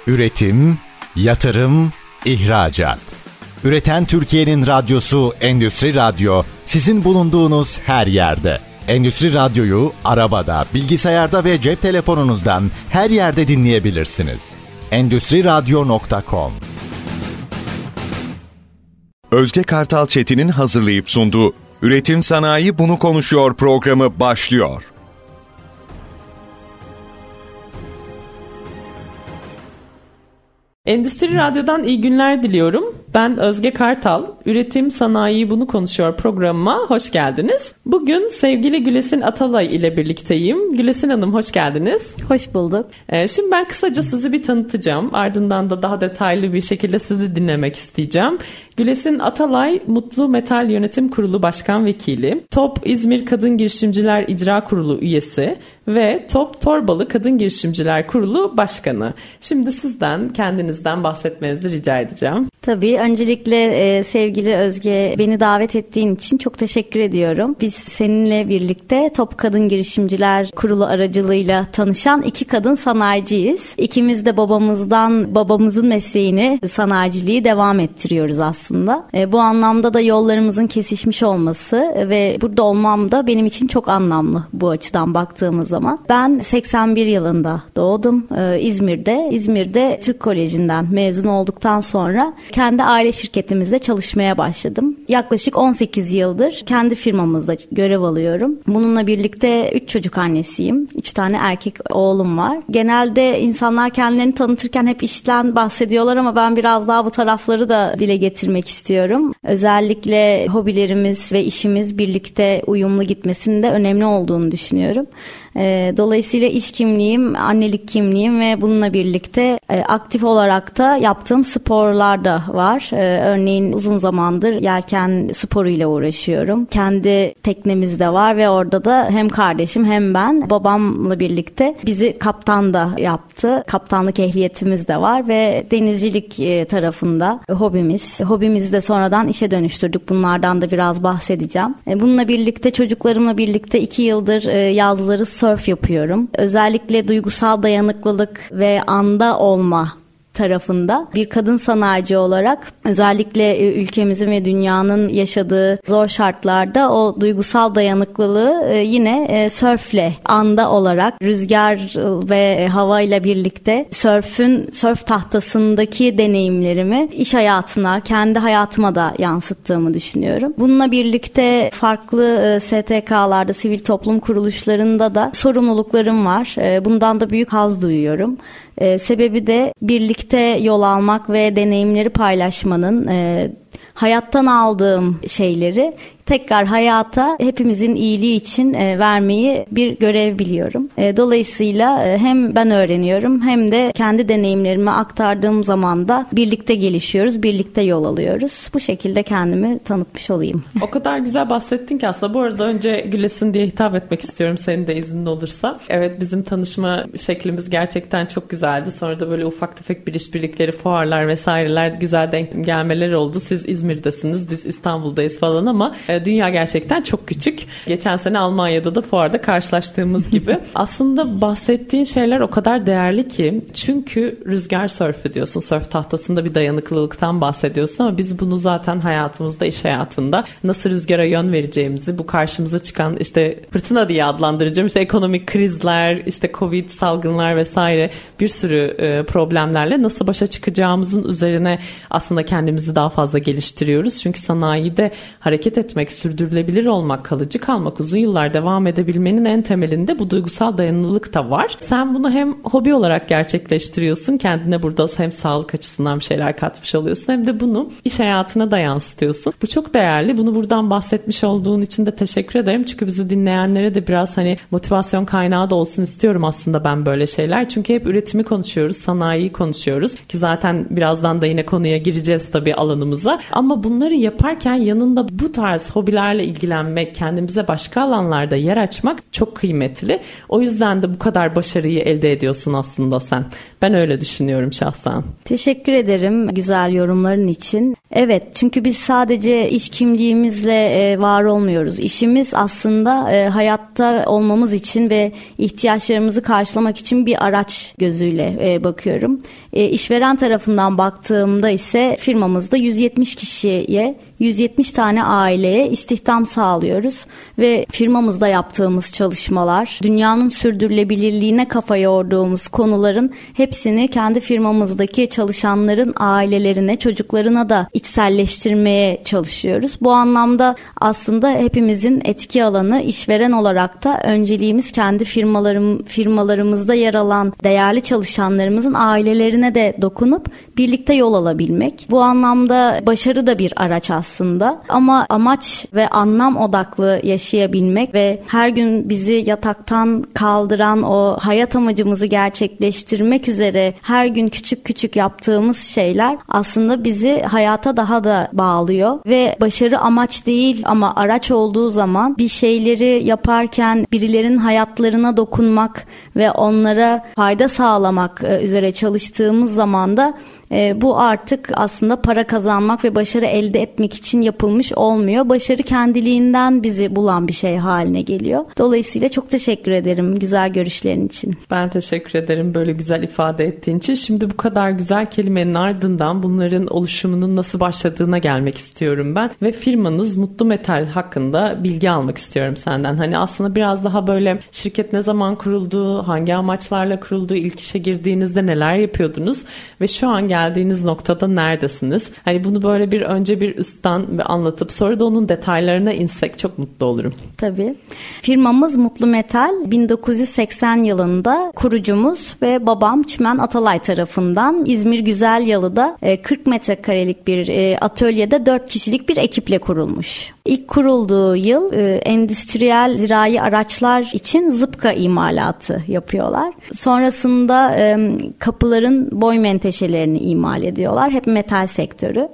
Üretim, yatırım, ihracat. Üreten Türkiye'nin radyosu Endüstri Radyo, sizin bulunduğunuz her yerde. Endüstri Radyo'yu arabada, bilgisayarda ve cep telefonunuzdan her yerde dinleyebilirsiniz. Endüstriradyo.com. Özge Kartal Çetin'in hazırlayıp sunduğu Üretim Sanayi Bunu Konuşuyor programı başlıyor. Endüstri Radyo'dan iyi günler diliyorum. Ben Özge Kartal. Üretim Sanayi Bunu Konuşuyor programıma hoş geldiniz. Bugün sevgili Gülesin Atalay ile birlikteyim. Gülesin Hanım hoş geldiniz. Hoş bulduk. Şimdi ben kısaca sizi bir tanıtacağım. Ardından da daha detaylı bir şekilde sizi dinlemek isteyeceğim. Gülesin Atalay, Mutlu Metal Yönetim Kurulu Başkan Vekili, TOP İzmir Kadın Girişimciler İcra Kurulu üyesi ve TOP Torbalı Kadın Girişimciler Kurulu Başkanı. Şimdi sizden, kendinizden bahsetmenizi rica edeceğim. Tabii, öncelikle sevgili Özge, beni davet ettiğin için çok teşekkür ediyorum. Biz seninle birlikte TOP Kadın Girişimciler Kurulu aracılığıyla tanışan iki kadın sanayiciyiz. İkimiz de babamızın mesleğini, sanayiciliği devam ettiriyoruz aslında. Bu anlamda da yollarımızın kesişmiş olması ve burada olmam da benim için çok anlamlı bu açıdan baktığımız zaman. Ben 81 yılında doğdum İzmir'de. İzmir'de Türk Koleji'nden mezun olduktan sonra kendi aile şirketimizde çalışmaya başladım. Yaklaşık 18 yıldır kendi firmamızda görev alıyorum. Bununla birlikte 3 çocuk annesiyim. 3 tane erkek oğlum var. Genelde insanlar kendilerini tanıtırken hep işten bahsediyorlar ama ben biraz daha bu tarafları da dile getirmek istiyorum. Özellikle hobilerimiz ve işimiz birlikte uyumlu gitmesinin de önemli olduğunu düşünüyorum. Dolayısıyla iş kimliğim, annelik kimliğim ve bununla birlikte aktif olarak da yaptığım sporlar da var. Örneğin uzun zamandır yelken sporuyla uğraşıyorum. Kendi teknemiz de var ve orada da hem kardeşim hem ben babamla birlikte bizi kaptan da yaptı. Kaptanlık ehliyetimiz de var ve denizcilik tarafında hobimizi de sonradan işe dönüştürdük. Bunlardan da biraz bahsedeceğim. Bununla birlikte çocuklarımla birlikte 2 yıldır yazları surf yapıyorum. Özellikle duygusal dayanıklılık ve anda olma tarafında bir kadın sanayici olarak özellikle ülkemizin ve dünyanın yaşadığı zor şartlarda o duygusal dayanıklılığı yine sörfle, anda olarak rüzgar ve havayla birlikte sörf tahtasındaki deneyimlerimi iş hayatına, kendi hayatıma da yansıttığımı düşünüyorum. Bununla birlikte farklı STK'larda, sivil toplum kuruluşlarında da sorumluluklarım var. Bundan da büyük haz duyuyorum. Sebebi de birlikte yol almak ve deneyimleri paylaşmanın, hayattan aldığım şeyleri tekrar hayata hepimizin iyiliği için vermeyi bir görev biliyorum. Dolayısıyla hem ben öğreniyorum hem de kendi deneyimlerimi aktardığım zaman da birlikte gelişiyoruz, birlikte yol alıyoruz. Bu şekilde kendimi tanıtmış olayım. O kadar güzel bahsettin ki aslında. Bu arada önce Gülesin diye hitap etmek istiyorum, senin de iznin olursa. Evet, bizim tanışma şeklimiz gerçekten çok güzeldi. Sonra da böyle ufak tefek bir işbirlikleri, fuarlar vesaireler, güzel denk gelmeler oldu. Siz İzmir'desiniz, biz İstanbul'dayız falan ama dünya gerçekten çok küçük. Geçen sene Almanya'da da fuarda karşılaştığımız gibi. Aslında bahsettiğin şeyler o kadar değerli ki. Çünkü rüzgar sörfü diyorsun. Sörf tahtasında bir dayanıklılıktan bahsediyorsun ama biz bunu zaten hayatımızda, iş hayatında nasıl rüzgara yön vereceğimizi, bu karşımıza çıkan işte fırtına diye adlandıracağım, işte ekonomik krizler, işte Covid salgınlar vesaire, bir sürü problemlerle nasıl başa çıkacağımızın üzerine aslında kendimizi daha fazla geliştiriyoruz. Çünkü sanayide hareket etmek, sürdürülebilir olmak, kalıcı kalmak, uzun yıllar devam edebilmenin en temelinde bu duygusal dayanıklılık da var. Sen bunu hem hobi olarak gerçekleştiriyorsun, kendine burada hem sağlık açısından bir şeyler katmış oluyorsun, hem de bunu iş hayatına da yansıtıyorsun. Bu çok değerli. Bunu buradan bahsetmiş olduğun için de teşekkür ederim. Çünkü bizi dinleyenlere de biraz motivasyon kaynağı da olsun istiyorum aslında ben böyle şeyler. Çünkü hep üretimi konuşuyoruz, sanayiyi konuşuyoruz ki zaten birazdan da yine konuya gireceğiz tabii, alanımıza. Ama bunları yaparken yanında bu tarz hobilerle ilgilenmek, kendimize başka alanlarda yer açmak çok kıymetli. O yüzden de bu kadar başarıyı elde ediyorsun aslında sen. Ben öyle düşünüyorum şahsen. Teşekkür ederim güzel yorumların için. Evet, çünkü biz sadece iş kimliğimizle var olmuyoruz. İşimiz aslında hayatta olmamız için ve ihtiyaçlarımızı karşılamak için bir araç gözüyle bakıyorum. İşveren tarafından baktığımda ise firmamızda 170 kişiye, 170 tane aileye istihdam sağlıyoruz ve firmamızda yaptığımız çalışmalar, dünyanın sürdürülebilirliğine kafa yorduğumuz konuların hepsini kendi firmamızdaki çalışanların ailelerine, çocuklarına da içselleştirmeye çalışıyoruz. Bu anlamda aslında hepimizin etki alanı, işveren olarak da önceliğimiz kendi firmalarımızda yer alan değerli çalışanlarımızın ailelerine de dokunup birlikte yol alabilmek. Bu anlamda başarı da bir araç aslında, ama amaç ve anlam odaklı yaşayabilmek ve her gün bizi yataktan kaldıran o hayat amacımızı gerçekleştirmek üzere her gün küçük küçük yaptığımız şeyler aslında bizi hayata daha da bağlıyor ve başarı amaç değil ama araç olduğu zaman bir şeyleri yaparken birilerinin hayatlarına dokunmak ve onlara fayda sağlamak üzere çalıştığımız zaman da bu artık aslında para kazanmak ve başarı elde etmek için yapılmış olmuyor. Başarı kendiliğinden bizi bulan bir şey haline geliyor. Dolayısıyla çok teşekkür ederim güzel görüşlerin için. Ben teşekkür ederim böyle güzel ifade ettiğin için. Şimdi bu kadar güzel kelimenin ardından bunların oluşumunun nasıl başladığına gelmek istiyorum ben. Ve firmanız Mutlu Metal hakkında bilgi almak istiyorum senden. Hani aslında biraz daha böyle şirket ne zaman kuruldu, hangi amaçlarla kuruldu, ilk işe girdiğinizde neler yapıyordunuz ve şu an geldiğiniz noktada neredesiniz? Hani bunu böyle önce bir üstten anlatıp sonra da onun detaylarına insek çok mutlu olurum. Tabii. Firmamız Mutlu Metal 1980 yılında kurucumuz ve babam Çimen Atalay tarafından İzmir Güzelyalı'da 40 metrekarelik bir atölyede 4 kişilik bir ekiple kurulmuş. İlk kurulduğu yıl endüstriyel zirai araçlar için zıpka imalatı yapıyorlar. Sonrasında kapıların boy menteşelerini imal ediyorlar. Hep metal sektörü.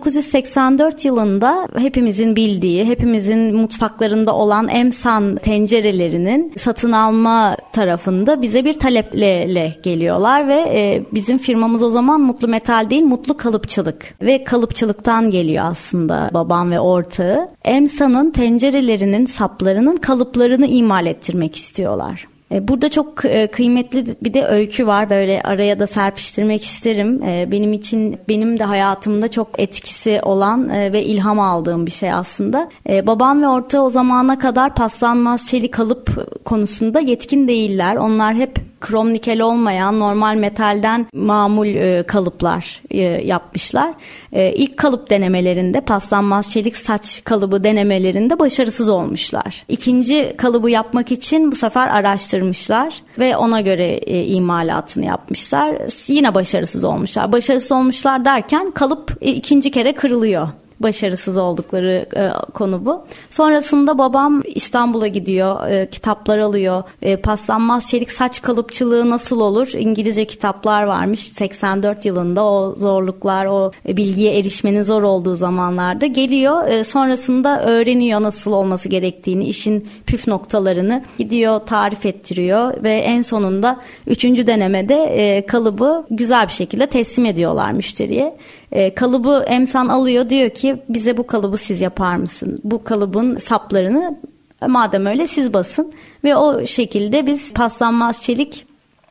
1984 yılında hepimizin bildiği, hepimizin mutfaklarında olan Emsan tencerelerinin satın alma tarafında bize bir taleple geliyorlar ve bizim firmamız o zaman Mutlu Metal değil, Mutlu Kalıpçılık ve kalıpçılıktan geliyor aslında babam ve ortağı. Emsan'ın tencerelerinin saplarının kalıplarını imal ettirmek istiyorlar. Burada çok kıymetli bir de öykü var. Böyle araya da serpiştirmek isterim. Benim de hayatımda çok etkisi olan ve ilham aldığım bir şey aslında. Babam ve ortağı o zamana kadar paslanmaz çelik kalıp konusunda yetkin değiller. Onlar hep krom nikel olmayan normal metalden mamul kalıplar yapmışlar. İlk kalıp denemelerinde paslanmaz çelik saç kalıbı denemelerinde başarısız olmuşlar. İkinci kalıbı yapmak için bu sefer araştırmışlar ve ona göre imalatını yapmışlar. Yine başarısız olmuşlar. Başarısız olmuşlar derken kalıp ikinci kere kırılıyor. Başarısız oldukları konu bu. Sonrasında babam İstanbul'a gidiyor, kitaplar alıyor. Paslanmaz çelik saç kalıpçılığı nasıl olur? İngilizce kitaplar varmış 84 yılında, o zorluklar, o bilgiye erişmenin zor olduğu zamanlarda geliyor. Sonrasında öğreniyor nasıl olması gerektiğini, işin püf noktalarını gidiyor tarif ettiriyor ve en sonunda 3. denemede kalıbı güzel bir şekilde teslim ediyorlar müşteriye. Kalıbı Emsan alıyor, diyor ki bize bu kalıbı siz yapar mısın? Bu kalıbın saplarını madem öyle siz basın ve o şekilde biz paslanmaz çelik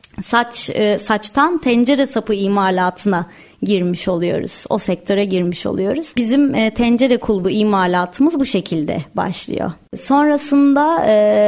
saçtan tencere sapı imalatına girmiş oluyoruz. O sektöre girmiş oluyoruz. Bizim tencere kulbu imalatımız bu şekilde başlıyor. Sonrasında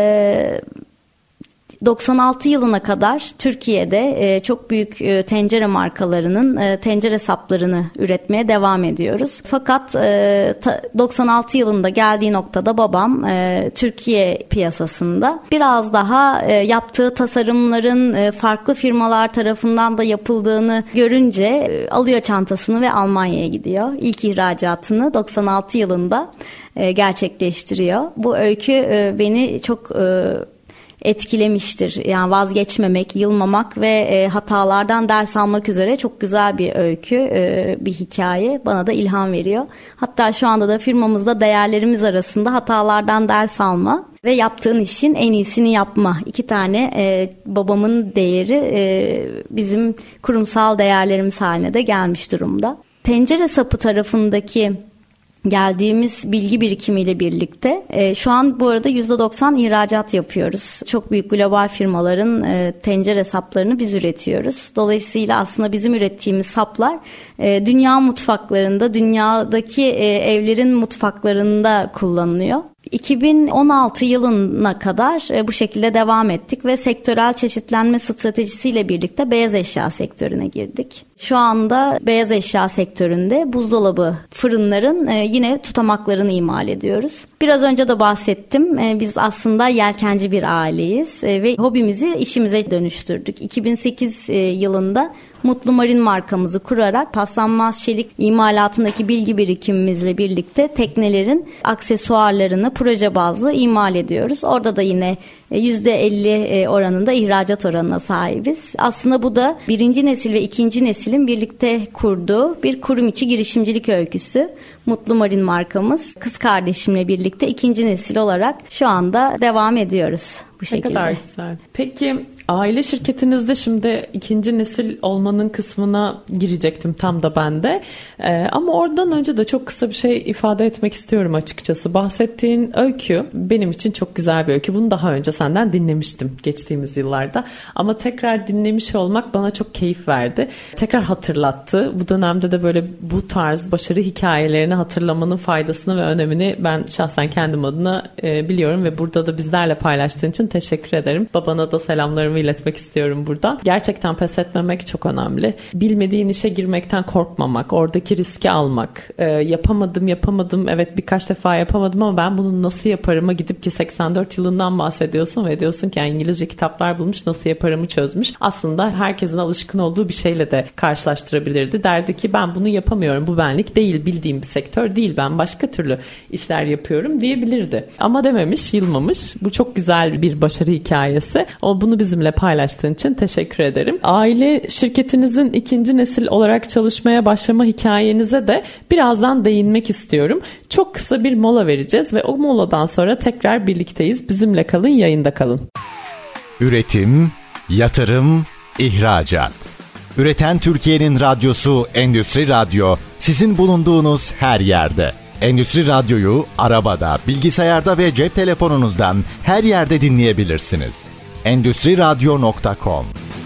96 yılına kadar Türkiye'de çok büyük tencere markalarının tencere saplarını üretmeye devam ediyoruz. Fakat 96 yılında geldiği noktada babam Türkiye piyasasında biraz daha yaptığı tasarımların farklı firmalar tarafından da yapıldığını görünce alıyor çantasını ve Almanya'ya gidiyor. İlk ihracatını 96 yılında gerçekleştiriyor. Bu öykü beni çok etkilemiştir. Yani vazgeçmemek, yılmamak ve hatalardan ders almak üzere çok güzel bir öykü, bir hikaye. Bana da ilham veriyor. Hatta şu anda da firmamızda değerlerimiz arasında hatalardan ders alma ve yaptığın işin en iyisini yapma. 2 tane babamın değeri bizim kurumsal değerlerimiz haline de gelmiş durumda. Tencere sapı tarafındaki geldiğimiz bilgi birikimiyle birlikte şu an bu arada %90 ihracat yapıyoruz. Çok büyük global firmaların tencere saplarını biz üretiyoruz. Dolayısıyla aslında bizim ürettiğimiz saplar dünya mutfaklarında, dünyadaki evlerin mutfaklarında kullanılıyor. 2016 yılına kadar bu şekilde devam ettik ve sektörel çeşitlenme stratejisiyle birlikte beyaz eşya sektörüne girdik. Şu anda beyaz eşya sektöründe buzdolabı, fırınların yine tutamaklarını imal ediyoruz. Biraz önce de bahsettim. Biz aslında yelkenci bir aileyiz ve hobimizi işimize dönüştürdük. 2008 yılında Mutlu Marin markamızı kurarak paslanmaz çelik imalatındaki bilgi birikimimizle birlikte teknelerin aksesuarlarını proje bazlı imal ediyoruz. Orada da yine %50 oranında ihracat oranına sahibiz. Aslında bu da 1. nesil ve 2. nesilin birlikte kurduğu bir kurum içi girişimcilik öyküsü. Mutlu Marin markamız kız kardeşimle birlikte 2. nesil olarak şu anda devam ediyoruz bu şekilde. Ne kadar güzel. Peki aile şirketinizde şimdi 2. nesil olmanın kısmına girecektim tam da ben de. Ama oradan önce de çok kısa bir şey ifade etmek istiyorum açıkçası. Bahsettiğin öykü benim için çok güzel bir öykü. Bunu daha önce senden dinlemiştim geçtiğimiz yıllarda. Ama tekrar dinlemiş olmak bana çok keyif verdi. Tekrar hatırlattı. Bu dönemde de böyle bu tarz başarı hikayelerini hatırlamanın faydasını ve önemini ben şahsen kendim adına biliyorum ve burada da bizlerle paylaştığın için teşekkür ederim. Babana da selamlarımı iletmek istiyorum buradan. Gerçekten pes etmemek çok önemli. Bilmediğin işe girmekten korkmamak, oradaki riski almak. Yapamadım, evet birkaç defa yapamadım ama ben bunu nasıl yaparıma gidip ki 84 yılından bahsediyorsun ve diyorsun ki yani İngilizce kitaplar bulmuş, nasıl yaparımı çözmüş. Aslında herkesin alışkın olduğu bir şeyle de karşılaştırabilirdi. Derdi ki ben bunu yapamıyorum, bu benlik değil, bildiğim bir sektör değil, ben başka türlü işler yapıyorum diyebilirdi. Ama dememiş, yılmamış. Bu çok güzel bir başarı hikayesi. Bunu bizimle paylaştığın için teşekkür ederim. Aile şirketinizin 2. nesil olarak çalışmaya başlama hikayenize de birazdan değinmek istiyorum. Çok kısa bir mola vereceğiz ve o moladan sonra tekrar birlikteyiz. Bizimle kalın, yayında kalın. Üretim, yatırım, ihracat. Üreten Türkiye'nin radyosu Endüstri Radyo, sizin bulunduğunuz her yerde. Endüstri Radyo'yu arabada, bilgisayarda ve cep telefonunuzdan her yerde dinleyebilirsiniz. Endüstriradyo.com.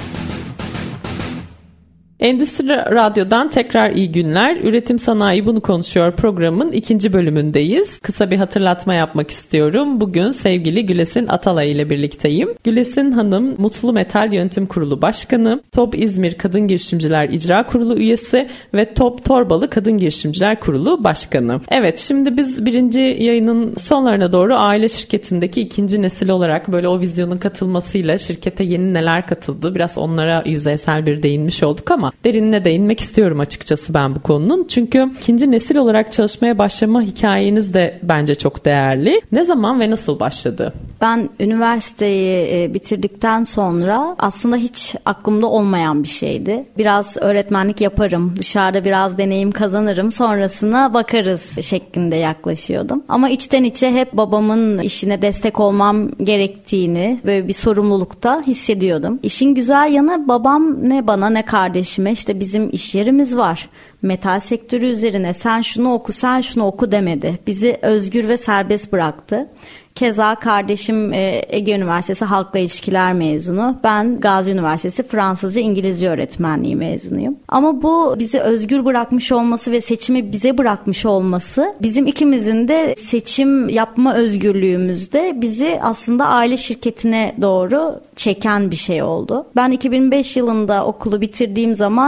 Endüstri Radyo'dan tekrar iyi günler. Üretim Sanayi Bunu Konuşuyor programın 2. bölümündeyiz. Kısa bir hatırlatma yapmak istiyorum. Bugün sevgili Gülesin Atalay ile birlikteyim. Gülesin Hanım Mutlu Metal Yönetim Kurulu Başkanı, Top İzmir Kadın Girişimciler İcra Kurulu üyesi ve Top Torbalı Kadın Girişimciler Kurulu Başkanı. Evet, şimdi biz 1. yayının sonlarına doğru aile şirketindeki 2. nesil olarak böyle o vizyonun katılmasıyla şirkete yeni neler katıldı, biraz onlara yüzeysel bir değinmiş olduk ama derinine değinmek istiyorum açıkçası ben bu konunun. Çünkü 2. nesil olarak çalışmaya başlama hikayeniz de bence çok değerli. Ne zaman ve nasıl başladı? Ben üniversiteyi bitirdikten sonra aslında hiç aklımda olmayan bir şeydi. Biraz öğretmenlik yaparım, dışarıda biraz deneyim kazanırım, sonrasına bakarız şeklinde yaklaşıyordum. Ama içten içe hep babamın işine destek olmam gerektiğini, böyle bir sorumlulukta hissediyordum. İşin güzel yanı babam ne bana ne kardeşime işte bizim iş yerimiz var, metal sektörü üzerine sen şunu oku sen şunu oku demedi. Bizi özgür ve serbest bıraktı. Keza kardeşim Ege Üniversitesi Halkla İlişkiler mezunu. Ben Gazi Üniversitesi Fransızca İngilizce öğretmenliği mezunuyum. Ama bu bizi özgür bırakmış olması ve seçimi bize bırakmış olması bizim ikimizin de seçim yapma özgürlüğümüzde bizi aslında aile şirketine doğru çeken bir şey oldu. Ben 2005 yılında okulu bitirdiğim zaman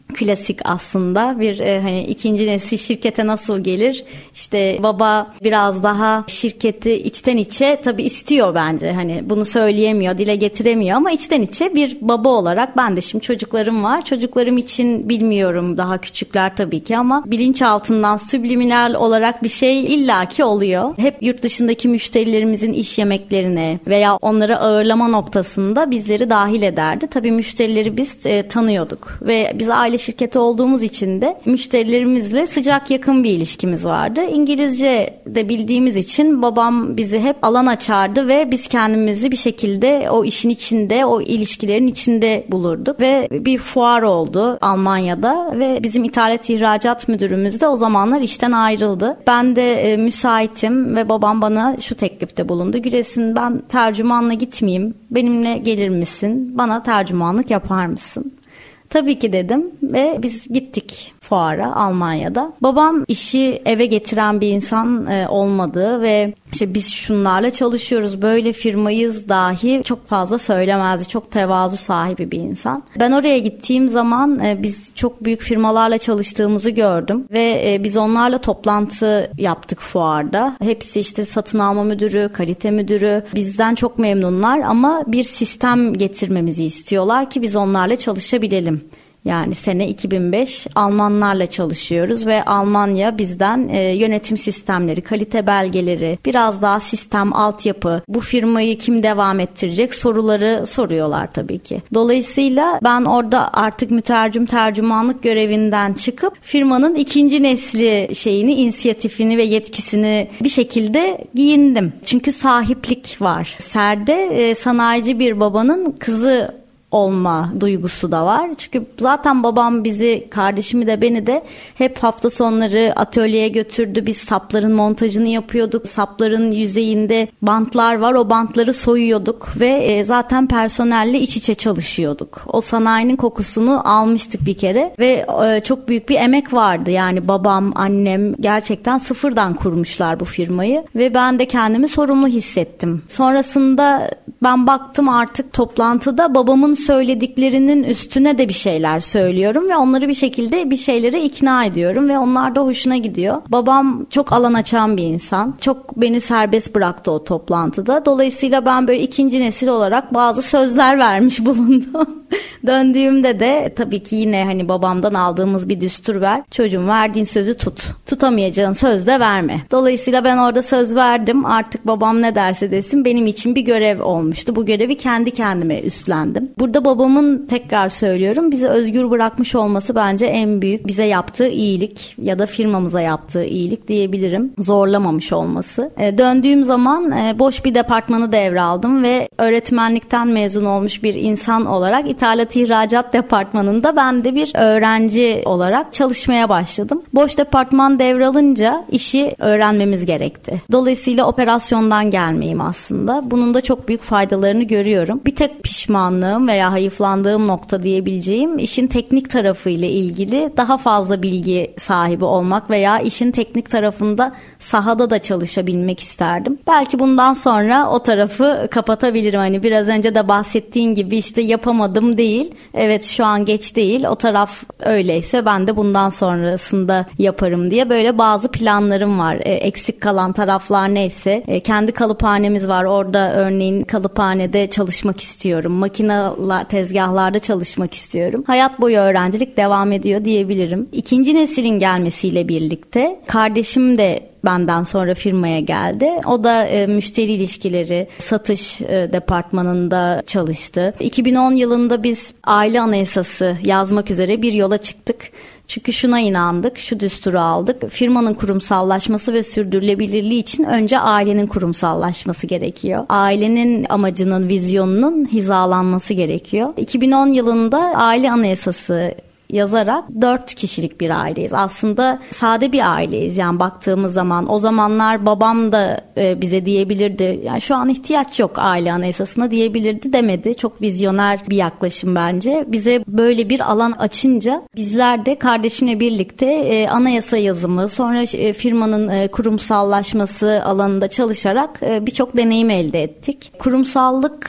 klasik aslında bir hani ikinci nesil şirkete nasıl gelir? İşte baba biraz daha şirketi içten içe tabii istiyor bence. Hani bunu söyleyemiyor, dile getiremiyor ama içten içe bir baba olarak ben de şimdi çocuklarım var. Çocuklarım için bilmiyorum, daha küçükler tabii ki ama bilinçaltından subliminal olarak bir şey illaki oluyor. Hep yurt dışındaki müşterilerimizin iş yemeklerine veya onları ağırlama noktasında bizleri dahil ederdi. Tabii müşterileri biz tanıyorduk ve biz aile şirketi olduğumuz için de müşterilerimizle sıcak yakın bir ilişkimiz vardı. İngilizce de bildiğimiz için babam bizi hep alan açardı ve biz kendimizi bir şekilde o işin içinde, o ilişkilerin içinde bulurduk ve bir fuar oldu Almanya'da ve bizim ithalat ihracat müdürümüz de o zamanlar işten ayrıldı. Ben de müsaitim ve babam bana şu teklifte bulundu. Gülesin, ben tercümanla gitmeyeyim, benimle gelir misin? Bana tercümanlık yapar mısın? Tabii ki dedim ve biz gittik fuara Almanya'da. Babam işi eve getiren bir insan olmadığı ve işte biz şunlarla çalışıyoruz, böyle firmayız dahi çok fazla söylemezdi. Çok tevazu sahibi bir insan. Ben oraya gittiğim zaman biz çok büyük firmalarla çalıştığımızı gördüm ve biz onlarla toplantı yaptık fuarda. Hepsi işte satın alma müdürü, kalite müdürü, bizden çok memnunlar ama bir sistem getirmemizi istiyorlar ki biz onlarla çalışabilelim. Yani sene 2005 Almanlarla çalışıyoruz ve Almanya bizden yönetim sistemleri, kalite belgeleri, biraz daha sistem, altyapı, bu firmayı kim devam ettirecek soruları soruyorlar tabii ki. Dolayısıyla ben orada artık tercümanlık görevinden çıkıp firmanın ikinci nesli inisiyatifini ve yetkisini bir şekilde giyindim. Çünkü sahiplik var. Serde sanayici bir babanın kızı olma duygusu da var. Çünkü zaten babam bizi, kardeşimi de beni de hep hafta sonları atölyeye götürdü. Biz sapların montajını yapıyorduk. Sapların yüzeyinde bantlar var. O bantları soyuyorduk ve zaten personelle iç içe çalışıyorduk. O sanayinin kokusunu almıştık bir kere ve çok büyük bir emek vardı. Yani babam, annem gerçekten sıfırdan kurmuşlar bu firmayı ve ben de kendimi sorumlu hissettim. Sonrasında ben baktım artık toplantıda babamın söylediklerinin üstüne de bir şeyler söylüyorum ve onları bir şekilde bir şeylere ikna ediyorum ve onlar da hoşuna gidiyor. Babam çok alan açan bir insan. Çok beni serbest bıraktı o toplantıda. Dolayısıyla ben böyle ikinci nesil olarak bazı sözler vermiş bulundum. Döndüğümde de tabii ki yine hani babamdan aldığımız bir düstur var. Çocuğum, verdiğin sözü tut. Tutamayacağın söz de verme. Dolayısıyla ben orada söz verdim. Artık babam ne derse desin benim için bir görev olmuştu. Bu görevi kendi kendime üstlendim. Burada babamın, tekrar söylüyorum, bizi özgür bırakmış olması bence en büyük bize yaptığı iyilik ya da firmamıza yaptığı iyilik diyebilirim. Zorlamamış olması. Döndüğüm zaman boş bir departmanı devraldım ve öğretmenlikten mezun olmuş bir insan olarak ithalat ihracat departmanında ben de bir öğrenci olarak çalışmaya başladım. Boş departman devralınca işi öğrenmemiz gerekti. Dolayısıyla operasyondan gelmeyim aslında. Bunun da çok büyük faydalarını görüyorum. Bir tek pişmanlığım veya hayıflandığım nokta diyebileceğim işin teknik tarafı ile ilgili daha fazla bilgi sahibi olmak veya işin teknik tarafında sahada da çalışabilmek isterdim. Belki bundan sonra o tarafı kapatabilirim. Hani biraz önce de bahsettiğin gibi işte yapamadım değil. Evet, şu an geç değil. O taraf öyleyse ben de bundan sonrasında yaparım diye böyle bazı planlarım var. Eksik kalan taraflar neyse. Kendi kalıphanemiz var. Orada örneğin kalıphanede çalışmak istiyorum. Makinalar, tezgahlarda çalışmak istiyorum. Hayat boyu öğrencilik devam ediyor diyebilirim. İkinci neslin gelmesiyle birlikte kardeşim de benden sonra firmaya geldi. O da müşteri ilişkileri, satış departmanında çalıştı. 2010 yılında biz aile anayasası yazmak üzere bir yola çıktık. Çünkü şuna inandık, şu düsturu aldık. Firmanın kurumsallaşması ve sürdürülebilirliği için önce ailenin kurumsallaşması gerekiyor. Ailenin amacının, vizyonunun hizalanması gerekiyor. 2010 yılında aile anayasası yazarak 4 kişilik bir aileyiz. Aslında sade bir aileyiz. Yani baktığımız zaman o zamanlar babam da bize diyebilirdi. Yani şu an ihtiyaç yok aile anayasasına diyebilirdi, demedi. Çok vizyoner bir yaklaşım bence. Bize böyle bir alan açınca bizler de kardeşimle birlikte anayasa yazımı, sonra firmanın kurumsallaşması alanında çalışarak birçok deneyim elde ettik. Kurumsallık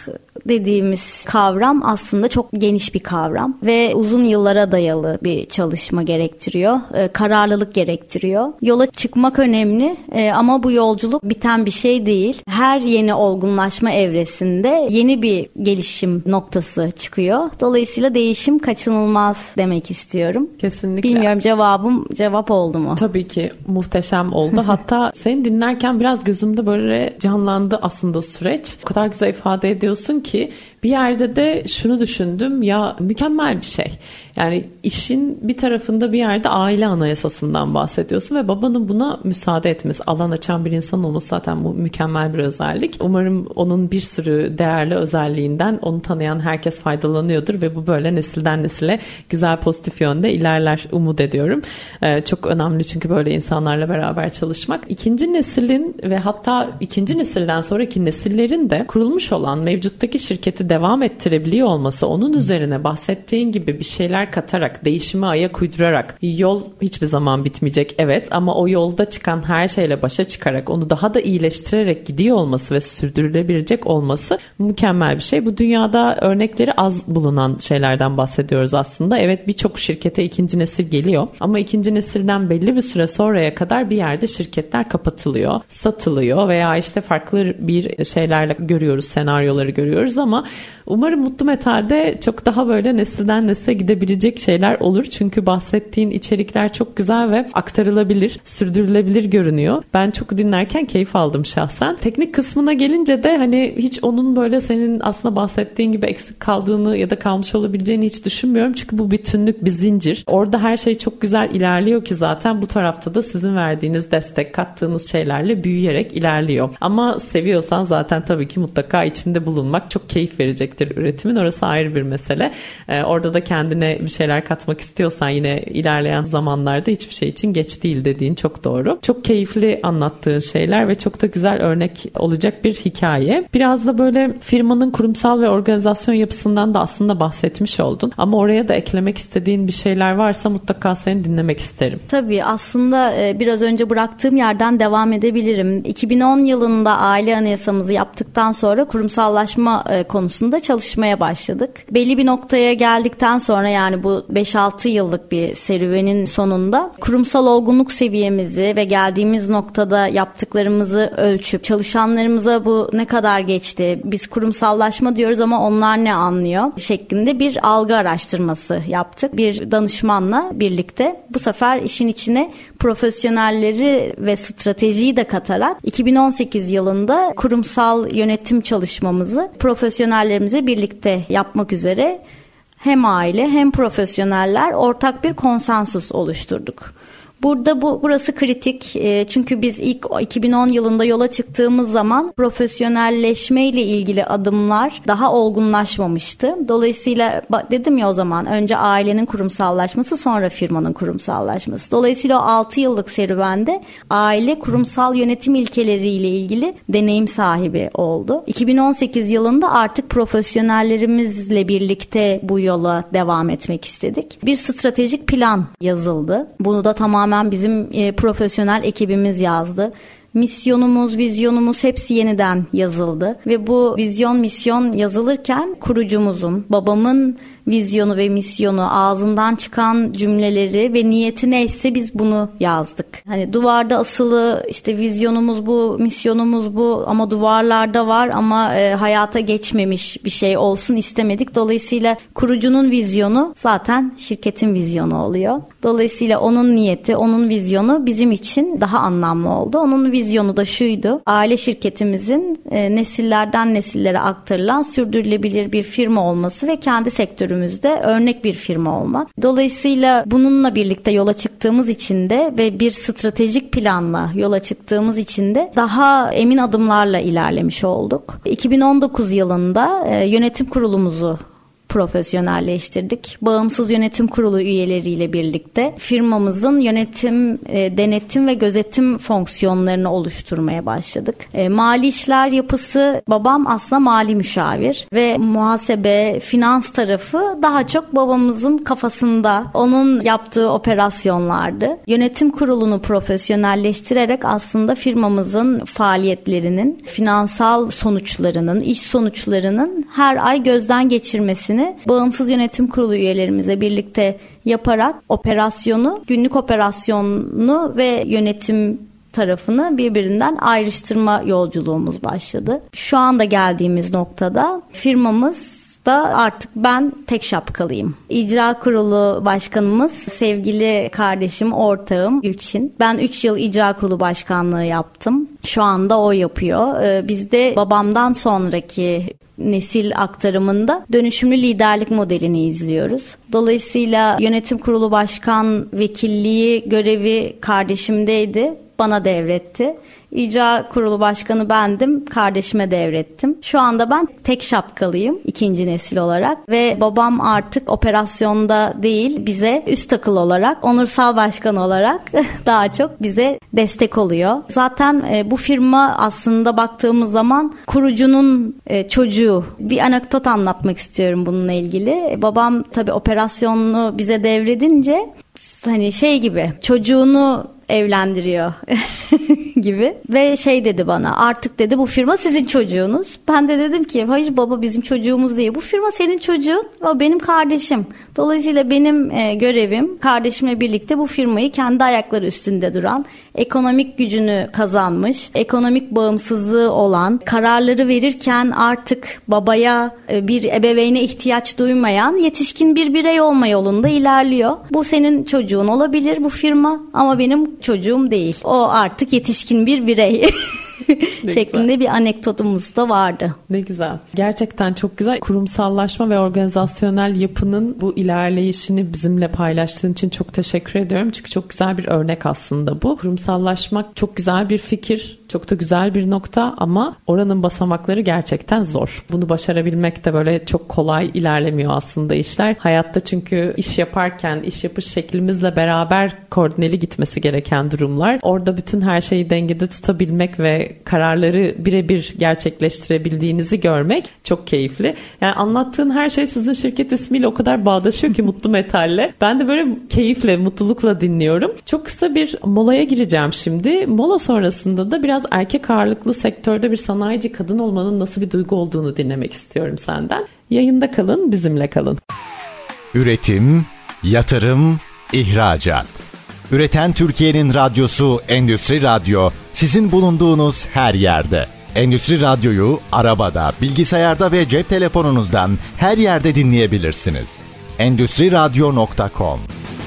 dediğimiz kavram aslında çok geniş bir kavram ve uzun yıllara dayalı bir çalışma gerektiriyor. Kararlılık gerektiriyor. Yola çıkmak önemli ama bu yolculuk biten bir şey değil. Her yeni olgunlaşma evresinde yeni bir gelişim noktası çıkıyor. Dolayısıyla değişim kaçınılmaz demek istiyorum. Kesinlikle. Bilmiyorum cevap oldu mu? Tabii ki muhteşem oldu. Hatta seni dinlerken biraz gözümde böyle canlandı aslında süreç. O kadar güzel ifade ediyorsun ki bir yerde de şunu düşündüm, ya mükemmel bir şey. Yani işin bir tarafında bir yerde aile anayasasından bahsediyorsun ve babanın buna müsaade etmesi, alan açan bir insan olması zaten bu mükemmel bir özellik. Umarım onun bir sürü değerli özelliğinden onu tanıyan herkes faydalanıyordur ve bu böyle nesilden nesile güzel pozitif yönde ilerler umut ediyorum. Çok önemli çünkü böyle insanlarla beraber çalışmak. İkinci neslin ve hatta ikinci nesilden sonraki nesillerin de kurulmuş olan mevcuttaki şirketi devam ettirebiliyor olması, onun üzerine bahsettiğin gibi bir şeyler katarak, değişime ayak uydurarak, yol hiçbir zaman bitmeyecek evet ama o yolda çıkan her şeyle başa çıkarak onu daha da iyileştirerek gidiyor olması ve sürdürülebilecek olması mükemmel bir şey. Bu dünyada örnekleri az bulunan şeylerden bahsediyoruz aslında. Evet, birçok şirkete ikinci nesil geliyor ama ikinci nesilden belli bir süre sonraya kadar bir yerde şirketler kapatılıyor, satılıyor veya işte farklı bir şeylerle görüyoruz, senaryoları görüyoruz ama umarım mutlu metalde çok daha böyle nesilden nesile gidebilecek şeyler olur. Çünkü bahsettiğin içerikler çok güzel ve aktarılabilir, sürdürülebilir görünüyor. Ben çok dinlerken keyif aldım şahsen. Teknik kısmına gelince de hani hiç onun böyle senin aslında bahsettiğin gibi eksik kaldığını ya da kalmış olabileceğini hiç düşünmüyorum. Çünkü bu bütünlük bir zincir. Orada her şey çok güzel ilerliyor ki zaten bu tarafta da sizin verdiğiniz destek, kattığınız şeylerle büyüyerek ilerliyor. Ama seviyorsan zaten tabii ki mutlaka içinde bulunmak çok keyif verecektir üretimin. Orası ayrı bir mesele. Orada da kendine bir şeyler katmak istiyorsan yine ilerleyen zamanlarda hiçbir şey için geç değil dediğin çok doğru. Çok keyifli anlattığın şeyler ve çok da güzel örnek olacak bir hikaye. Biraz da böyle firmanın kurumsal ve organizasyon yapısından da aslında bahsetmiş oldun. Ama oraya da eklemek istediğin bir şeyler varsa mutlaka seni dinlemek isterim. Tabii aslında biraz önce bıraktığım yerden devam edebilirim. 2010 yılında aile anayasamızı yaptıktan sonra kurumsallaşma konusunda çalışmaya başladık. Belli bir noktaya geldikten sonra yani bu 5-6 yıllık bir serüvenin sonunda kurumsal olgunluk seviyemizi ve geldiğimiz noktada yaptıklarımızı ölçüp çalışanlarımıza bu ne kadar geçti, biz kurumsallaşma diyoruz ama onlar ne anlıyor şeklinde bir algı araştırması yaptık. Bir danışmanla birlikte bu sefer işin içine profesyonelleri ve stratejiyi de katarak 2018 yılında kurumsal yönetim çalışmamızı profesyonellerimize birlikte yapmak üzere hem aile hem profesyoneller ortak bir konsensus oluşturduk. Burası kritik çünkü biz ilk 2010 yılında yola çıktığımız zaman profesyonelleşme ile ilgili adımlar daha olgunlaşmamıştı. Dolayısıyla dedim ya o zaman önce ailenin kurumsallaşması sonra firmanın kurumsallaşması. Dolayısıyla o 6 yıllık serüvende aile kurumsal yönetim ilkeleriyle ilgili deneyim sahibi oldu. 2018 yılında artık profesyonellerimizle birlikte bu yola devam etmek istedik. Bir stratejik plan yazıldı. Bunu da tamamen bizim profesyonel ekibimiz yazdı. Misyonumuz, vizyonumuz hepsi yeniden yazıldı ve bu vizyon, misyon yazılırken kurucumuzun, babamın vizyonu ve misyonu, ağzından çıkan cümleleri ve niyeti neyse biz bunu yazdık. Hani duvarda asılı işte vizyonumuz bu, misyonumuz bu ama duvarlarda var ama hayata geçmemiş bir şey olsun istemedik. Dolayısıyla kurucunun vizyonu zaten şirketin vizyonu oluyor. Dolayısıyla onun niyeti, onun vizyonu bizim için daha anlamlı oldu. Onun vizyonu da şuydu: aile şirketimizin nesillerden nesillere aktarılan sürdürülebilir bir firma olması ve kendi sektörümüzde örnek bir firma olmak. Dolayısıyla bununla birlikte yola çıktığımız için de ve bir stratejik planla yola çıktığımız için de daha emin adımlarla ilerlemiş olduk. 2019 yılında yönetim kurulumuzu profesyonelleştirdik. Bağımsız yönetim kurulu üyeleriyle birlikte firmamızın yönetim, denetim ve gözetim fonksiyonlarını oluşturmaya başladık. Mali işler yapısı, babam aslında mali müşavir ve muhasebe, finans tarafı daha çok babamızın kafasında. Onun yaptığı operasyonlardı. Yönetim kurulunu profesyonelleştirerek aslında firmamızın faaliyetlerinin, finansal sonuçlarının, iş sonuçlarının her ay gözden geçirmesini bağımsız yönetim kurulu üyelerimize birlikte yaparak operasyonu, günlük operasyonu ve yönetim tarafını birbirinden ayrıştırma yolculuğumuz başladı. Şu anda geldiğimiz noktada firmamız da artık ben tek şapkalıyım. İcra Kurulu Başkanımız sevgili kardeşim, ortağım Gülçin. Ben 3 yıl İcra Kurulu Başkanlığı yaptım. Şu anda o yapıyor. Biz de babamdan sonraki nesil aktarımında dönüşümlü liderlik modelini izliyoruz. Dolayısıyla yönetim kurulu başkan vekilliği görevi kardeşimdeydi. Bana devretti. İcra kurulu başkanı bendim, kardeşime devrettim. Şu anda ben tek şapkalıyım, ikinci nesil olarak ve babam artık operasyonda değil, bize üst akıl olarak, onursal başkan olarak daha çok bize destek oluyor. Zaten bu firma aslında baktığımız zaman kurucunun çocuğu. Bir anekdot anlatmak istiyorum bununla ilgili. Babam tabii operasyonunu bize devredince hani şey gibi, çocuğunu evlendiriyor gibi ve şey dedi bana, artık dedi bu firma sizin çocuğunuz. Ben de dedim ki hayır baba, bizim çocuğumuz değil, bu firma senin çocuğun, o benim kardeşim. Dolayısıyla benim görevim kardeşimle birlikte bu firmayı kendi ayakları üstünde duran, ekonomik gücünü kazanmış, ekonomik bağımsızlığı olan, kararları verirken artık babaya, bir ebeveyne ihtiyaç duymayan yetişkin bir birey olma yolunda ilerliyor. Bu senin çocuğun olabilir bu firma ama benim çocuğum değil. O artık yetişkin bir birey şeklinde bir anekdotumuz da vardı. Ne güzel. Gerçekten çok güzel. Kurumsallaşma ve organizasyonel yapının bu ilerleyişini bizimle paylaştığın için çok teşekkür ediyorum. Çünkü çok güzel bir örnek aslında bu. Kurumsallaşmak çok güzel bir fikir. Çok da güzel bir nokta ama oranın basamakları gerçekten zor. Bunu başarabilmek de böyle çok kolay ilerlemiyor aslında işler. Hayatta çünkü iş yaparken iş yapış şeklimizle beraber koordineli gitmesi gereken durumlar. Orada bütün her şeyi dengede tutabilmek ve kararları birebir gerçekleştirebildiğinizi görmek çok keyifli. Yani anlattığın her şey sizin şirket ismiyle o kadar bağdaşıyor ki Mutlu Metal'le. Ben de böyle keyifle, mutlulukla dinliyorum. Çok kısa bir molaya gireceğim şimdi. Mola sonrasında da biraz erkek ağırlıklı sektörde bir sanayici kadın olmanın nasıl bir duygu olduğunu dinlemek istiyorum senden. Yayında kalın, bizimle kalın. Üretim, yatırım, ihracat. Üreten Türkiye'nin radyosu Endüstri Radyo, sizin bulunduğunuz her yerde. Endüstri Radyo'yu arabada, bilgisayarda ve cep telefonunuzdan her yerde dinleyebilirsiniz. Endüstriradyo.com.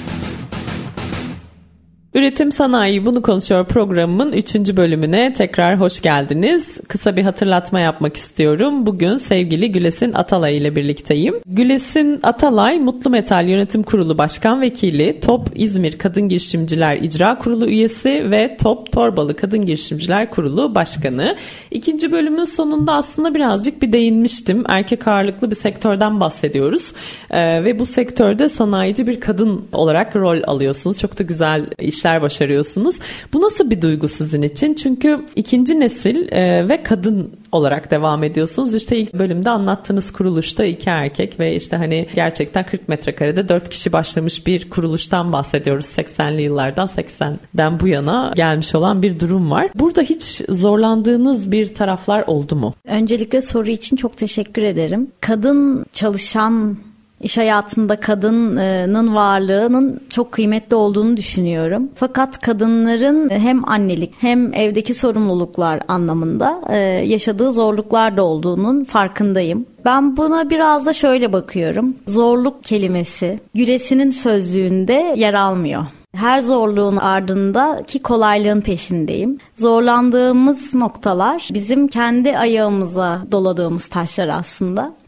Üretim Sanayi Bunu Konuşuyor programımın 3. bölümüne tekrar hoş geldiniz. Kısa bir hatırlatma yapmak istiyorum. Bugün sevgili Gülesin Atalay ile birlikteyim. Gülesin Atalay, Mutlu Metal Yönetim Kurulu Başkan Vekili, Top İzmir Kadın Girişimciler İcra Kurulu üyesi ve Top Torbalı Kadın Girişimciler Kurulu Başkanı. 2. bölümün sonunda aslında birazcık bir değinmiştim. Erkek ağırlıklı bir sektörden bahsediyoruz. Ve bu sektörde sanayici bir kadın olarak rol alıyorsunuz. Çok da güzel işler başarıyorsunuz. Bu nasıl bir duygu sizin için? Çünkü ikinci nesil ve kadın olarak devam ediyorsunuz. İşte ilk bölümde anlattığınız kuruluşta 2 erkek ve işte hani gerçekten 40 metrekarede 4 kişi başlamış bir kuruluştan bahsediyoruz. 80'li yıllardan, 80'den bu yana gelmiş olan bir durum var. Burada hiç zorlandığınız bir taraflar oldu mu? Öncelikle soru için çok teşekkür ederim. Kadın çalışan, İş hayatında kadının varlığının çok kıymetli olduğunu düşünüyorum. Fakat kadınların hem annelik hem evdeki sorumluluklar anlamında yaşadığı zorluklar da olduğunun farkındayım. Ben buna biraz da şöyle bakıyorum. Zorluk kelimesi Gülesinin sözlüğünde yer almıyor. Her zorluğun ardındaki kolaylığın peşindeyim. Zorlandığımız noktalar bizim kendi ayağımıza doladığımız taşlar aslında.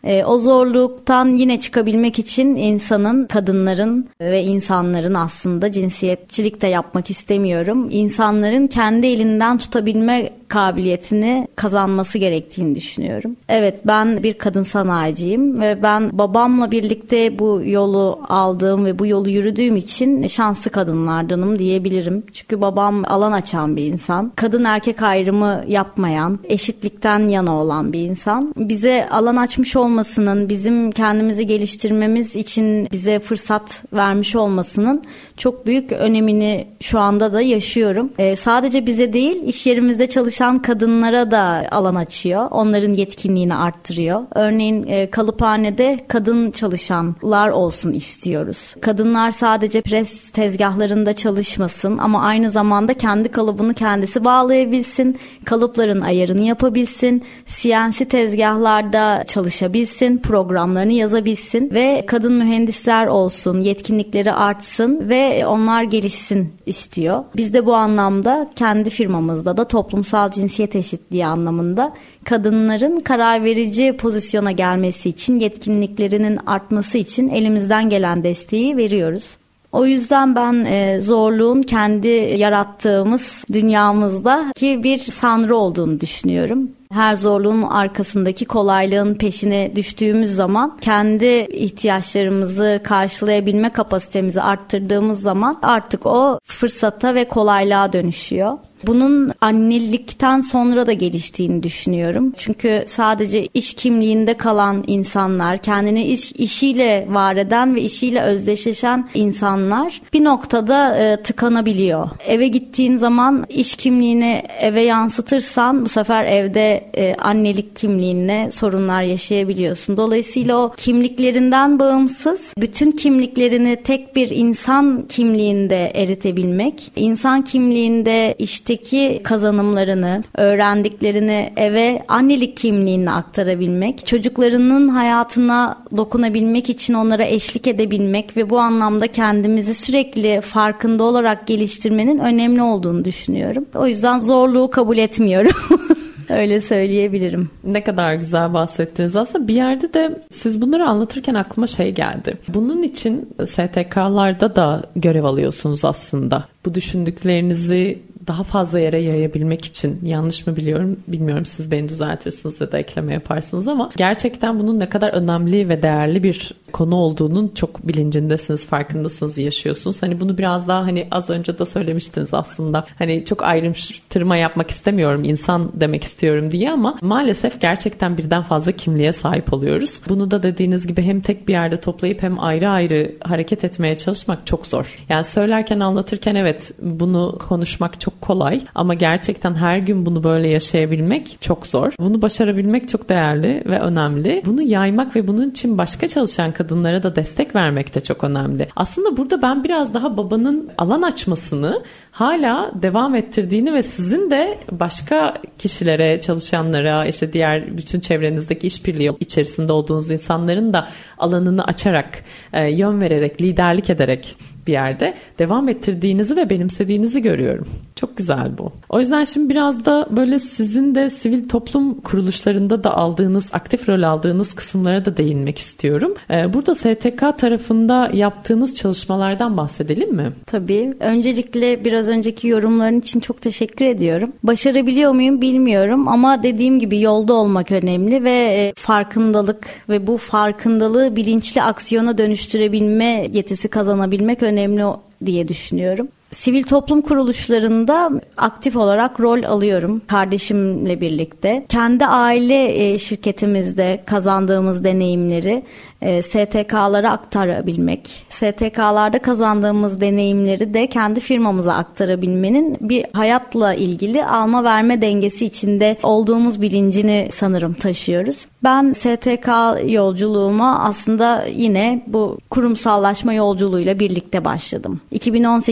O zorluktan yine çıkabilmek için insanın, kadınların ve insanların, aslında cinsiyetçilik de yapmak istemiyorum, İnsanların kendi elinden tutabilme kabiliyetini kazanması gerektiğini düşünüyorum. Evet, ben bir kadın sanayiciyim ve ben babamla birlikte bu yolu aldığım ve bu yolu yürüdüğüm için şanslı kadınlardanım diyebilirim. Çünkü babam alan açan bir insan. Kadın erkek ayrımı yapmayan, eşitlikten yana olan bir insan. Bize alan açmış olmasının, bizim kendimizi geliştirmemiz için bize fırsat vermiş olmasının çok büyük önemini şu anda da yaşıyorum. Sadece bize değil, iş yerimizde çalışan kadınlara da alan açıyor. Onların yetkinliğini arttırıyor. Örneğin kalıphanede kadın çalışanlar olsun istiyoruz. Kadınlar sadece pres tezgahlarında çalışmasın ama aynı zamanda kendi kalıbını kendisi bağlayabilsin. Kalıpların ayarını yapabilsin. CNC tezgahlarda çalışabilsin. Programlarını yazabilsin ve kadın mühendisler olsun. Yetkinlikleri artsın ve onlar gelişsin istiyor. Biz de bu anlamda kendi firmamızda da toplumsal cinsiyet eşitliği anlamında kadınların karar verici pozisyona gelmesi için, yetkinliklerinin artması için elimizden gelen desteği veriyoruz. O yüzden ben zorluğun kendi yarattığımız dünyamızdaki bir sanrı olduğunu düşünüyorum. Her zorluğun arkasındaki kolaylığın peşine düştüğümüz zaman, kendi ihtiyaçlarımızı karşılayabilme kapasitemizi arttırdığımız zaman artık o fırsata ve kolaylığa dönüşüyor. Bunun annelikten sonra da geliştiğini düşünüyorum. Çünkü sadece iş kimliğinde kalan insanlar, kendini işiyle var eden ve işiyle özdeşleşen insanlar bir noktada tıkanabiliyor. Eve gittiğin zaman iş kimliğini eve yansıtırsan bu sefer evde annelik kimliğinle sorunlar yaşayabiliyorsun. Dolayısıyla o kimliklerinden bağımsız bütün kimliklerini tek bir insan kimliğinde eritebilmek, insan kimliğinde işte kazanımlarını, öğrendiklerini eve annelik kimliğine aktarabilmek, çocuklarının hayatına dokunabilmek için onlara eşlik edebilmek ve bu anlamda kendimizi sürekli farkında olarak geliştirmenin önemli olduğunu düşünüyorum. O yüzden zorluğu kabul etmiyorum. Öyle söyleyebilirim. Ne kadar güzel bahsettiniz. Aslında bir yerde de siz bunları anlatırken aklıma şey geldi. Bunun için STK'larda da görev alıyorsunuz aslında. Bu düşündüklerinizi daha fazla yere yayabilmek için, yanlış mı biliyorum bilmiyorum, siz beni düzeltirsiniz ya da ekleme yaparsınız ama gerçekten bunun ne kadar önemli ve değerli bir konu olduğunun çok bilincindesiniz, farkındasınız, yaşıyorsunuz. Hani bunu biraz daha, hani az önce de söylemiştiniz aslında, hani çok ayrıştırma yapmak istemiyorum, insan demek istiyorum diye, ama maalesef gerçekten birden fazla kimliğe sahip oluyoruz. Bunu da dediğiniz gibi hem tek bir yerde toplayıp hem ayrı ayrı hareket etmeye çalışmak çok zor. Yani söylerken, anlatırken evet bunu konuşmak çok kolay ama gerçekten her gün bunu böyle yaşayabilmek çok zor. Bunu başarabilmek çok değerli ve önemli. Bunu yaymak ve bunun için başka çalışan kadınlara da destek vermek de çok önemli. Aslında burada ben biraz daha babanın alan açmasını hala devam ettirdiğini ve sizin de başka kişilere, çalışanlara, işte diğer bütün çevrenizdeki işbirliği içerisinde olduğunuz insanların da alanını açarak, yön vererek, liderlik ederek bir yerde devam ettirdiğinizi ve benimsediğinizi görüyorum. Çok güzel bu. O yüzden şimdi biraz da böyle sizin de sivil toplum kuruluşlarında da aldığınız, aktif rol aldığınız kısımlara da değinmek istiyorum. Burada STK tarafında yaptığınız çalışmalardan bahsedelim mi? Tabii. Öncelikle biraz önceki yorumların için çok teşekkür ediyorum. Başarabiliyor muyum bilmiyorum ama dediğim gibi yolda olmak önemli ve farkındalık ve bu farkındalığı bilinçli aksiyona dönüştürebilme yetisi kazanabilmek önemli diye düşünüyorum. Sivil toplum kuruluşlarında aktif olarak rol alıyorum kardeşimle birlikte. Kendi aile şirketimizde kazandığımız deneyimleri STK'lara aktarabilmek, STK'larda kazandığımız deneyimleri de kendi firmamıza aktarabilmenin bir hayatla ilgili alma verme dengesi içinde olduğumuz bilincini sanırım taşıyoruz. Ben STK yolculuğuma aslında yine bu kurumsallaşma yolculuğuyla birlikte başladım. 2018 yılında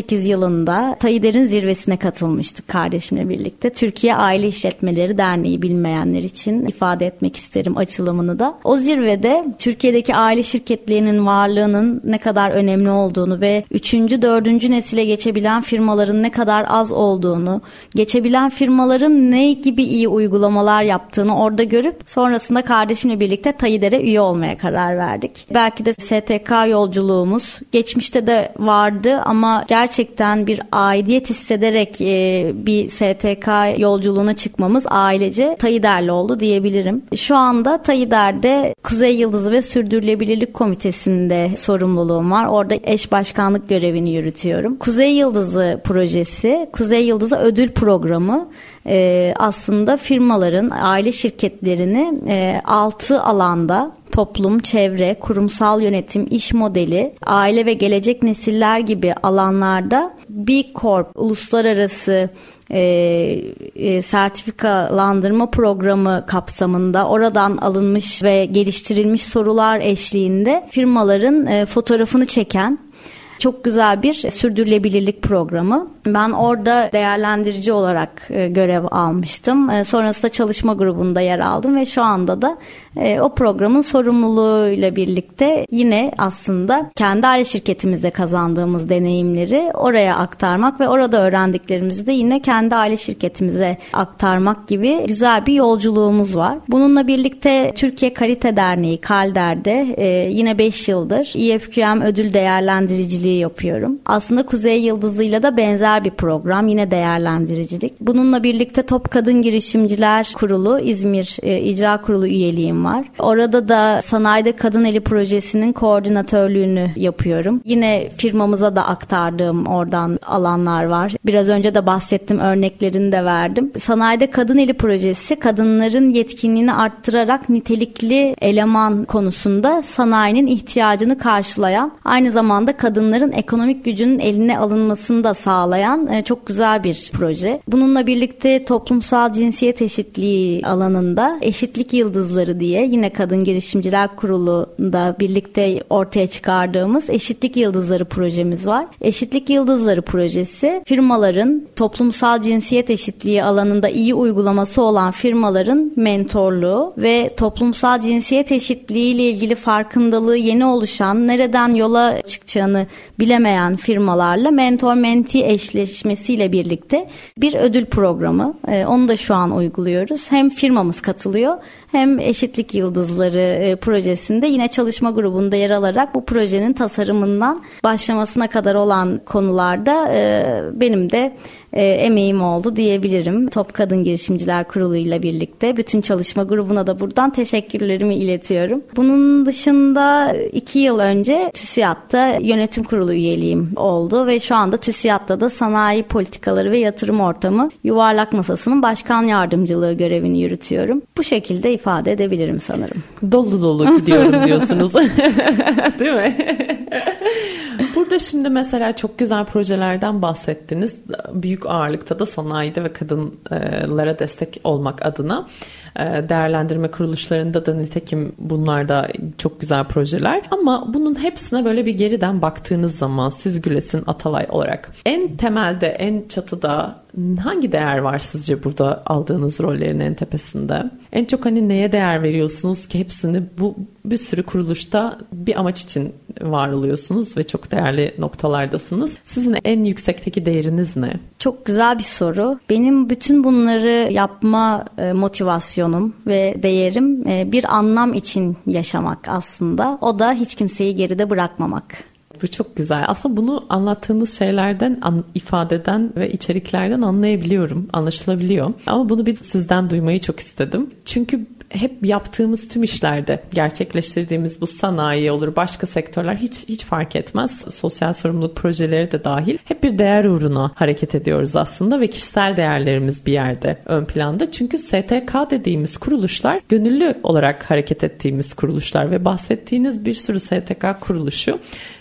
yılında TAİDER'in zirvesine katılmıştık kardeşimle birlikte. Türkiye Aile İşletmeleri Derneği, bilmeyenler için ifade etmek isterim açılımını da. O zirvede Türkiye'deki aile şirketlerinin varlığının ne kadar önemli olduğunu ve 3. 4. nesile geçebilen firmaların ne kadar az olduğunu, geçebilen firmaların ne gibi iyi uygulamalar yaptığını orada görüp sonrasında kardeşimle birlikte TAİDER'e üye olmaya karar verdik. Belki de STK yolculuğumuz geçmişte de vardı ama gerçekten bir aidiyet hissederek bir STK yolculuğuna çıkmamız ailece TAİDER'le oldu diyebilirim. Şu anda TAİDER'de Kuzey Yıldızı ve Sürdürülebilirlik Komitesi'nde sorumluluğum var. Orada eş başkanlık görevini yürütüyorum. Kuzey Yıldızı projesi, Kuzey Yıldızı ödül programı aslında firmaların, aile şirketlerini 6 alanda toplum, çevre, kurumsal yönetim, iş modeli, aile ve gelecek nesiller gibi alanlarda B Corp, uluslararası sertifikalandırma programı kapsamında oradan alınmış ve geliştirilmiş sorular eşliğinde firmaların fotoğrafını çeken çok güzel bir sürdürülebilirlik programı. Ben orada değerlendirici olarak görev almıştım. Sonrasında çalışma grubunda yer aldım ve şu anda da o programın sorumluluğuyla birlikte yine aslında kendi aile şirketimizde kazandığımız deneyimleri oraya aktarmak ve orada öğrendiklerimizi de yine kendi aile şirketimize aktarmak gibi güzel bir yolculuğumuz var. Bununla birlikte Türkiye Kalite Derneği KALDER'de yine 5 yıldır EFQM ödül değerlendiriciliği yapıyorum. Aslında Kuzey Yıldızı'yla da benzer bir program, yine değerlendiricilik. Bununla birlikte Top Kadın Girişimciler Kurulu, İzmir İcra Kurulu üyeliğim var. Orada da Sanayide Kadın Eli projesinin koordinatörlüğünü yapıyorum. Yine firmamıza da aktardığım oradan alanlar var. Biraz önce de bahsettim, örneklerini de verdim. Sanayide Kadın Eli projesi kadınların yetkinliğini arttırarak nitelikli eleman konusunda sanayinin ihtiyacını karşılayan, aynı zamanda kadınların ekonomik gücünün eline alınmasını da sağlayan çok güzel bir proje. Bununla birlikte toplumsal cinsiyet eşitliği alanında Eşitlik Yıldızları diye yine Kadın Girişimciler Kurulu'nda birlikte ortaya çıkardığımız Eşitlik Yıldızları projemiz var. Eşitlik Yıldızları projesi firmaların toplumsal cinsiyet eşitliği alanında iyi uygulaması olan firmaların mentorluğu ve toplumsal cinsiyet eşitliği ile ilgili farkındalığı yeni oluşan, nereden yola çıkacağını bilemeyen firmalarla mentor-mentee eşleşmesiyle birlikte bir ödül programı. Onu da şu an uyguluyoruz. Hem firmamız katılıyor hem Eşitlik Yıldızları projesinde yine çalışma grubunda yer alarak bu projenin tasarımından başlamasına kadar olan konularda benim de emeğim oldu diyebilirim. Top Kadın Girişimciler Kurulu ile birlikte bütün çalışma grubuna da buradan teşekkürlerimi iletiyorum. Bunun dışında 2 yıl önce TÜSİAD'da yönetim kurulu üyeliğim oldu ve şu anda TÜSİAD'da da Sanayi Politikaları ve Yatırım Ortamı Yuvarlak Masası'nın başkan yardımcılığı görevini yürütüyorum. Bu şekilde ifade edebilirim sanırım. Dolu dolu gidiyorum diyorsunuz. Değil mi? Burada şimdi mesela çok güzel projelerden bahsettiniz. Büyük ağırlıkta da sanayide ve kadınlara destek olmak adına değerlendirme kuruluşlarında da nitekim bunlar da çok güzel projeler. Ama bunun hepsine böyle bir geriden baktığınız zaman siz Gülesin Atalay olarak en temelde, en çatıda hangi değer var sizce burada aldığınız rollerin en tepesinde? En çok hani neye değer veriyorsunuz ki hepsini bu bir sürü kuruluşta bir amaç için var oluyorsunuz ve çok değerli noktalardasınız. Sizin en yüksekteki değeriniz ne? Çok güzel bir soru. Benim bütün bunları yapma motivasyonum ve değerim bir anlam için yaşamak aslında. O da hiç kimseyi geride bırakmamak. Bu çok güzel. Aslında bunu anlattığınız şeylerden, ifadeden ve içeriklerden anlayabiliyorum, anlaşılabiliyor. Ama bunu bir sizden duymayı çok istedim. Çünkü hep yaptığımız tüm işlerde, gerçekleştirdiğimiz bu sanayi olur, başka sektörler hiç fark etmez. Sosyal sorumluluk projeleri de dahil. Hep bir değer uğruna hareket ediyoruz aslında ve kişisel değerlerimiz bir yerde ön planda. Çünkü STK dediğimiz kuruluşlar gönüllü olarak hareket ettiğimiz kuruluşlar ve bahsettiğiniz bir sürü STK kuruluşu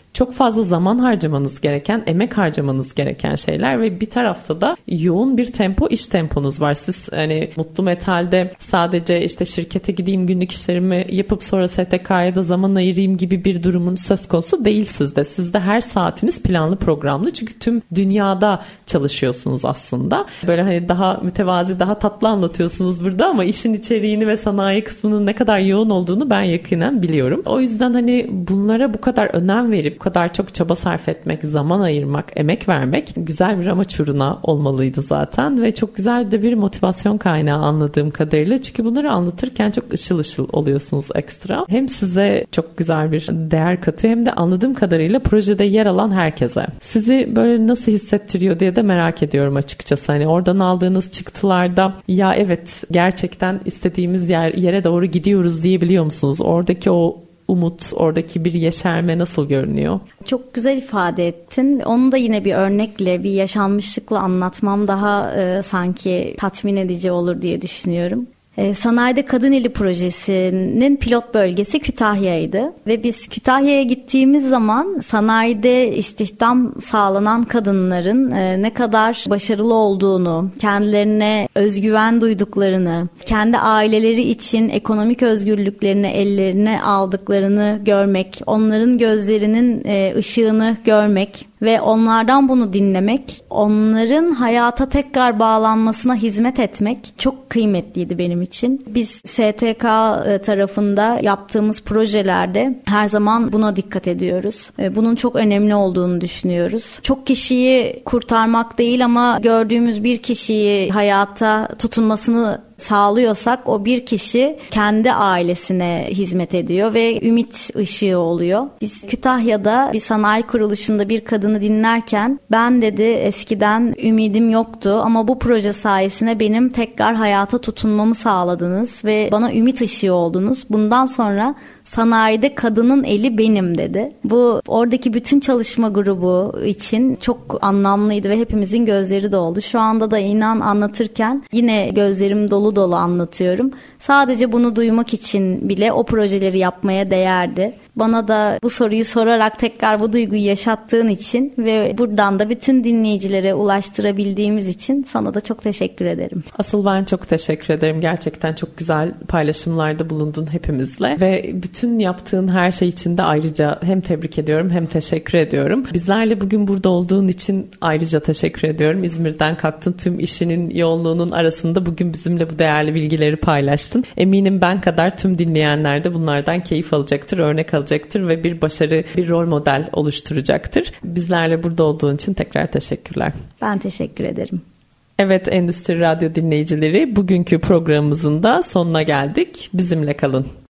çok fazla zaman harcamanız gereken, emek harcamanız gereken şeyler ve bir tarafta da yoğun bir tempo, iş temponuz var. Siz hani Mutlu Metal'de sadece işte şirkete gideyim, günlük işlerimi yapıp sonra STK'ya da zaman ayırayım gibi bir durumun söz konusu değil sizde. Sizde her saatiniz planlı, programlı. Çünkü tüm dünyada çalışıyorsunuz aslında. Böyle hani daha mütevazi, daha tatlı anlatıyorsunuz burada ama işin içeriğini ve sanayi kısmının ne kadar yoğun olduğunu ben yakinen biliyorum. O yüzden hani bunlara bu kadar önem verip, bu kadar çok çaba sarf etmek, zaman ayırmak, emek vermek güzel bir amaç uğruna olmalıydı zaten ve çok güzel de bir motivasyon kaynağı anladığım kadarıyla. Çünkü bunları anlatırken çok ışıl ışıl oluyorsunuz ekstra. Hem size çok güzel bir değer katıyor hem de anladığım kadarıyla projede yer alan herkese. Sizi böyle nasıl hissettiriyor diye de merak ediyorum açıkçası. Hani oradan aldığınız çıktılarda ya evet gerçekten istediğimiz yere doğru gidiyoruz diyebiliyor musunuz? Oradaki o umut, oradaki bir yeşerme nasıl görünüyor? Çok güzel ifade ettin. Onu da yine bir örnekle, bir yaşanmışlıkla anlatmam daha sanki tatmin edici olur diye düşünüyorum. Sanayide Kadın Eli projesinin pilot bölgesi Kütahya'ydı ve biz Kütahya'ya gittiğimiz zaman sanayide istihdam sağlanan kadınların ne kadar başarılı olduğunu, kendilerine özgüven duyduklarını, kendi aileleri için ekonomik özgürlüklerini ellerine aldıklarını görmek, onların gözlerinin ışığını görmek ve onlardan bunu dinlemek, onların hayata tekrar bağlanmasına hizmet etmek çok kıymetliydi benim için. Biz STK tarafında yaptığımız projelerde her zaman buna dikkat ediyoruz. Bunun çok önemli olduğunu düşünüyoruz. Çok kişiyi kurtarmak değil ama gördüğümüz bir kişiyi hayata tutunmasını sağlıyorsak o bir kişi kendi ailesine hizmet ediyor ve ümit ışığı oluyor. Biz Kütahya'da bir sanayi kuruluşunda bir kadını dinlerken ben dedi eskiden ümidim yoktu ama bu proje sayesinde benim tekrar hayata tutunmamı sağladınız ve bana ümit ışığı oldunuz. Bundan sonra sanayide kadının eli benim dedi. Bu oradaki bütün çalışma grubu için çok anlamlıydı ve hepimizin gözleri doldu. Şu anda da inan anlatırken yine gözlerim dolu dolu anlatıyorum. Sadece bunu duymak için bile o projeleri yapmaya değerdi. Bana da bu soruyu sorarak tekrar bu duyguyu yaşattığın için ve buradan da bütün dinleyicilere ulaştırabildiğimiz için sana da çok teşekkür ederim. Asıl ben çok teşekkür ederim. Gerçekten çok güzel paylaşımlarda bulundun hepimizle ve bütün yaptığın her şey için de ayrıca hem tebrik ediyorum hem teşekkür ediyorum. Bizlerle bugün burada olduğun için ayrıca teşekkür ediyorum. İzmir'den kalktın, tüm işinin yoğunluğunun arasında bugün bizimle bu değerli bilgileri paylaştın. Eminim ben kadar tüm dinleyenler de bunlardan keyif alacaktır, örnek alacaktır ve bir başarı, bir rol model oluşturacaktır. Bizlerle burada olduğun için tekrar teşekkürler. Ben teşekkür ederim. Evet Endüstri Radyo dinleyicileri, bugünkü programımızın da sonuna geldik. Bizimle kalın.